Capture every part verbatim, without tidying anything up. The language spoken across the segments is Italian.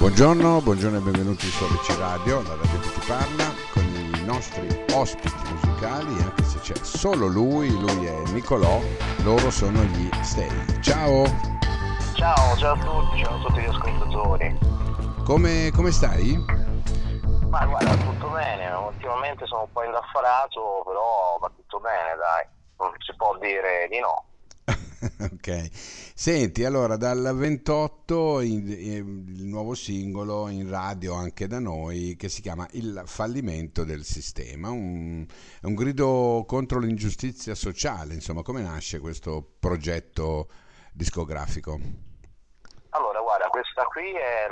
Buongiorno, buongiorno e benvenuti su A B C Radio, la radio che ti parla, con i nostri ospiti musicali, anche se c'è solo lui, lui è Nicolò, loro sono gli Stay. Ciao! Ciao, ciao a tutti, ciao a tutti gli ascoltatori. Come, come stai? Ma guarda, tutto bene, ultimamente sono un po' indaffarato, però va tutto bene, dai, non si può dire di no. Ok, senti, allora dal ventotto in- in- il nuovo singolo in radio anche da noi che si chiama Il fallimento del sistema, un, è un grido contro l'ingiustizia sociale, insomma, come nasce questo progetto discografico? Allora, guarda, questa qui è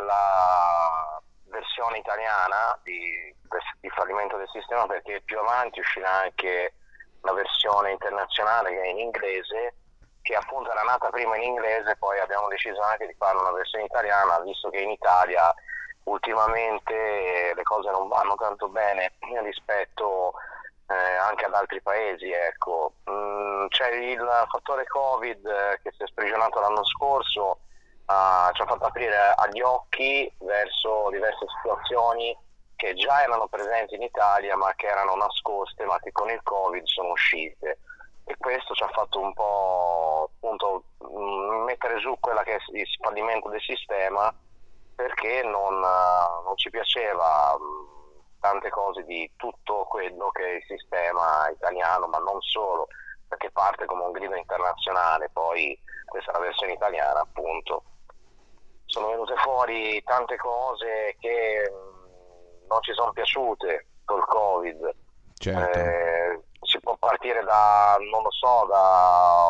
la versione italiana di, di Fallimento del Sistema, perché più avanti uscirà anche la versione internazionale che è in inglese, che appunto era nata prima in inglese, poi abbiamo deciso anche di fare una versione italiana, visto che in Italia ultimamente le cose non vanno tanto bene rispetto eh, anche ad altri paesi, ecco. Mm, c'è il fattore Covid eh, che si è sprigionato l'anno scorso, ah, ci ha fatto aprire agli occhi verso diverse situazioni che già erano presenti in Italia ma che erano nascoste, ma che con il Covid sono uscite. E questo ci ha fatto un po' appunto mh, mettere giù quella che è il fallimento del sistema, perché non, eh, non ci piaceva mh, tante cose di tutto quello che è il sistema italiano, ma non solo, perché parte come un grido internazionale, poi questa è la versione italiana appunto. Sono venute fuori tante cose che mh, non ci sono piaciute col Covid. Certo. Eh, si può partire da, non lo so, da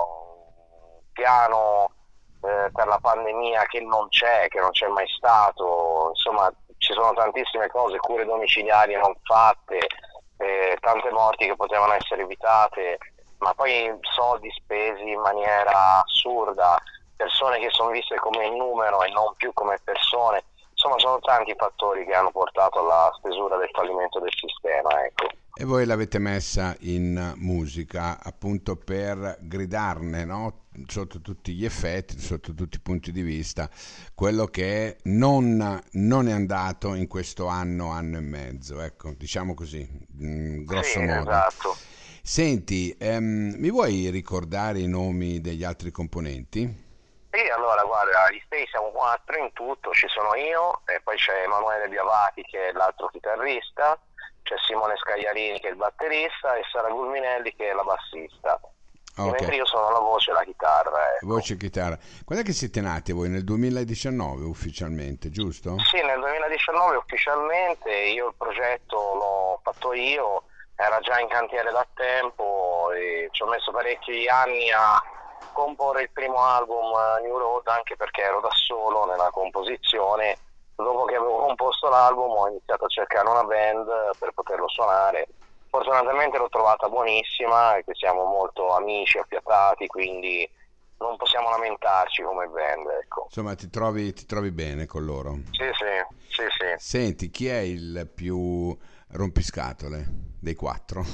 un piano eh, per la pandemia che non c'è, che non c'è mai stato, insomma ci sono tantissime cose, cure domiciliari non fatte, eh, tante morti che potevano essere evitate, ma poi soldi spesi in maniera assurda, persone che sono viste come numero e non più come persone. Insomma, sono tanti fattori che hanno portato alla stesura del fallimento del sistema, ecco. E voi l'avete messa in musica appunto per gridarne, no? Sotto tutti gli effetti, sotto tutti i punti di vista, quello che non, non è andato in questo anno, anno e mezzo, ecco, diciamo così, mm, Sì, grosso modo. esatto. Senti, ehm, mi vuoi ricordare i nomi degli altri componenti? Sì, allora guarda, gli Stay siamo quattro in tutto, ci sono io, e poi c'è Emanuele Biavati che è l'altro chitarrista, c'è Simone Scagliarini che è il batterista e Sara Gulminelli che è la bassista. E Ok, mentre io sono la voce e la chitarra, ecco. voce e chitarra. Quando è che siete nati voi? Nel duemiladiciannove ufficialmente, giusto? Sì, nel duemiladiciannove ufficialmente, io il progetto l'ho fatto io, era già in cantiere da tempo e ci ho messo parecchi anni a comporre il primo album eh, New Road, anche perché ero da solo nella composizione. Dopo che avevo composto l'album ho iniziato a cercare una band per poterlo suonare. Fortunatamente l'ho trovata buonissima e che siamo molto amici, affiatati, quindi non possiamo lamentarci come band, ecco. Insomma, ti trovi, ti trovi bene con loro. Sì, sì, sì, sì. Senti, chi è il più rompiscatole dei quattro?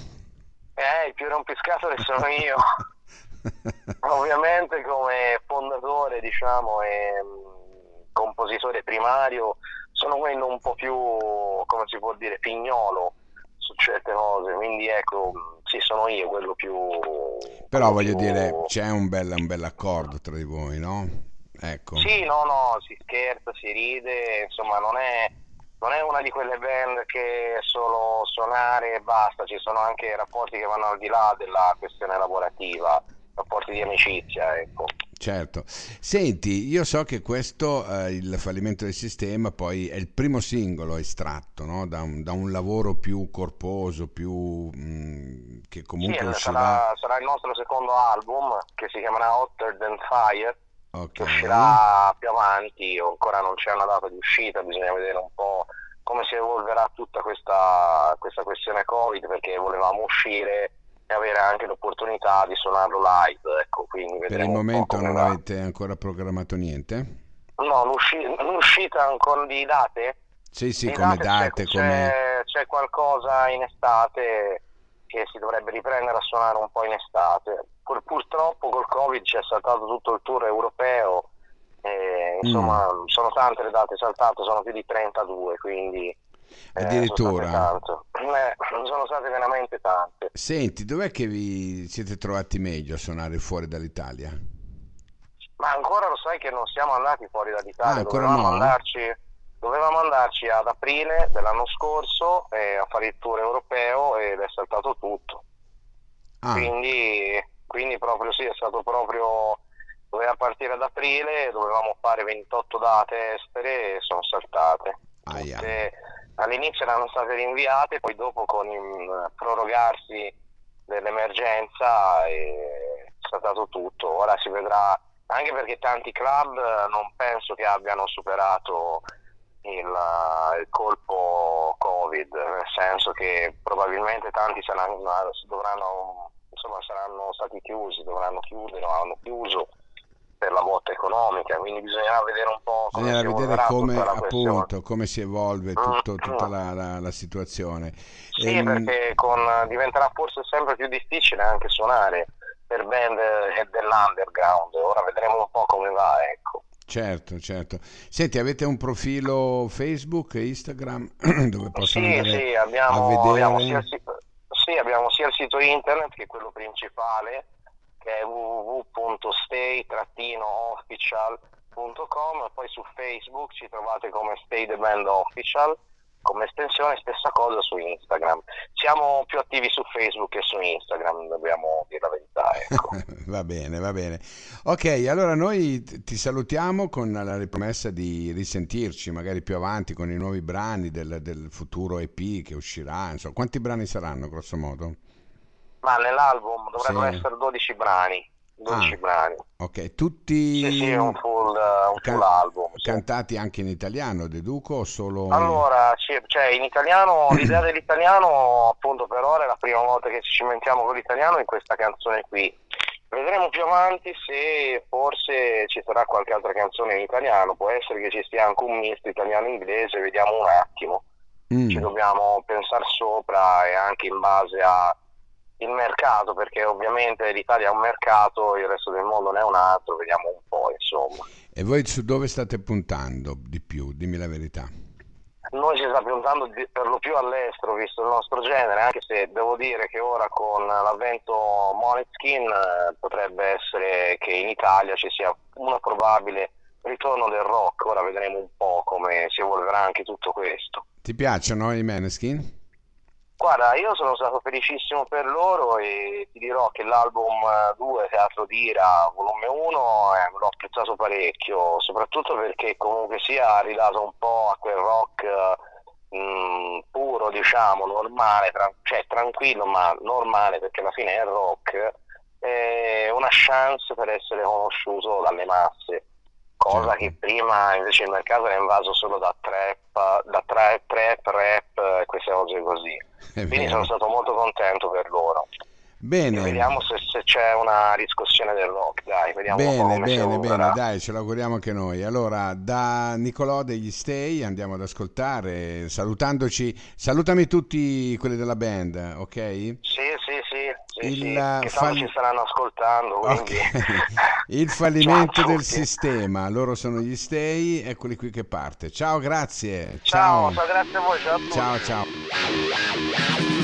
Eh, il più rompiscatole sono io. Ovviamente come fondatore, diciamo, e mh, compositore primario, sono quello un po' più, come si può dire, pignolo su certe cose, quindi ecco, mh, sì, sono io quello più... Però quello voglio più... dire, c'è un bel, un bel accordo tra di voi, no? Ecco. Sì, no, no, si scherza, si ride, insomma, non è, non è una di quelle band che è solo suonare e basta, ci sono anche rapporti che vanno al di là della questione lavorativa, rapporti di amicizia, ecco. Certo. Senti, io so che questo, eh, il fallimento del sistema, poi è il primo singolo estratto, no? Da un, da un lavoro più corposo, più mh, che Sì, comunque il- uscirà. sarà, sarà il nostro secondo album che si chiamerà Hotter Than Fire, Ok. che uscirà più avanti, o ancora non c'è una data di uscita, bisogna vedere un po' come si evolverà tutta questa, questa questione Covid, perché volevamo uscire e avere anche l'opportunità di suonarlo live, ecco, quindi Per il vedremo un po' momento come non va. avete ancora programmato niente? No, l'usci- l'uscita ancora di date? Sì, sì, Di come date c'è, date, come... c'è, c'è qualcosa in estate che si dovrebbe riprendere a suonare un po' in estate. Pur- purtroppo col Covid ci è saltato tutto il tour europeo E, Mm. insomma, sono tante le date saltate, sono più di trentadue, quindi eh, sono state Addirittura. tante. Eh, sono state veramente tante. Senti, dov'è che vi siete trovati meglio a suonare fuori dall'Italia? Ma ancora lo sai che non siamo andati fuori Ah, dall'Italia, ancora dovevamo no? andarci, dovevamo andarci ad aprile dell'anno scorso eh, a fare il tour europeo ed è saltato tutto. Ah, Quindi, quindi proprio sì, è stato proprio, doveva partire ad aprile, dovevamo fare ventotto date estere e sono saltate. aia. Tutte all'inizio erano state rinviate, poi dopo con il prorogarsi dell'emergenza è saltato tutto. Ora si vedrà, anche perché tanti club eh, non penso che abbiano superato il, il colpo Covid, nel senso che probabilmente tanti saranno, dovranno, insomma, saranno stati chiusi, dovranno chiudere o hanno chiuso per la botta economica, quindi bisognerà vedere un po' come Bisognerà si vedere evolverà tutta come, la questione. appunto, come si evolve tutto- tutta Mm. la, la- la situazione. Sì, Ehm, perché con, diventerà forse sempre più difficile anche suonare per band eh, dell'underground, ora vedremo un po' come va, ecco. certo, certo. Senti, avete un profilo Facebook e Instagram dove possono Sì, andare sì, a abbiamo, abbiamo sia il, vedere? si- sì, abbiamo sia il sito internet che è quello principale, che è w w w punto stay official punto com, e poi su Facebook ci trovate come Stay the Band Official, come estensione, stessa cosa su Instagram. Siamo più attivi su Facebook che su Instagram, dobbiamo dire la verità, ecco. Va bene, va bene. Ok, allora noi t- ti salutiamo con la ripromessa di risentirci magari più avanti con i nuovi brani del, del futuro E P che uscirà. Insomma, quanti brani saranno, grosso modo? Ma nell'album dovrebbero Sì. essere dodici brani, Ah, dodici brani. ok. Sì, sì, Tutti è un mm, full, eh, un full can- album, sì. cantati anche in italiano, deduco, o solo in... Allora, ci- cioè in italiano, l'idea dell'italiano appunto per ora è la prima volta che ci cimentiamo con l'italiano in questa canzone qui. Vedremo più avanti se forse ci sarà qualche altra canzone in italiano, può essere che ci sia anche un misto italiano-inglese, vediamo un attimo. Ci Mm. dobbiamo pensare sopra e anche in base a il mercato, perché ovviamente l'Italia è un mercato, il resto del mondo ne è un altro, vediamo un po', insomma. E voi su dove state puntando di più? Dimmi la verità. Noi ci sta puntando di- per lo più all'estero, visto il nostro genere, anche se devo dire che ora con l'avvento Måneskin eh, potrebbe essere che in Italia ci sia un probabile ritorno del rock, ora vedremo un po' come si evolverà anche tutto questo. Ti piacciono i Maneskin? Guarda, io sono stato felicissimo per loro e ti dirò che l'album due, Teatro d'Ira, volume uno, eh, l'ho apprezzato parecchio, soprattutto perché comunque sia ha ridato un po' a quel rock eh, mh, puro, diciamo, normale, tra- cioè tranquillo ma normale perché alla fine è rock, eh, una chance per essere conosciuto dalle masse, cosa Certo, che prima invece il mercato era invaso solo da trap, da trap, trap, rap e queste cose così. è Quindi sono vero. stato molto contento per loro. E Bene, vediamo se, se c'è una riscossione del rock, dai, vediamo un po' bene, come si bene, bene, evolverà. dai, ce l'auguriamo anche noi. Allora, da Nicolò degli Stay andiamo ad ascoltare, salutandoci, salutami tutti quelli della band, ok? Sì, sì, sì, sì, Il sì, che tanto ci fall... staranno ascoltando, Ok, quindi il ciao a fallimento del tutti. sistema, loro sono gli Stay, eccoli qui che parte. Ciao, grazie, Ciao, ciao, grazie a voi, ciao a ciao, tutti. ciao.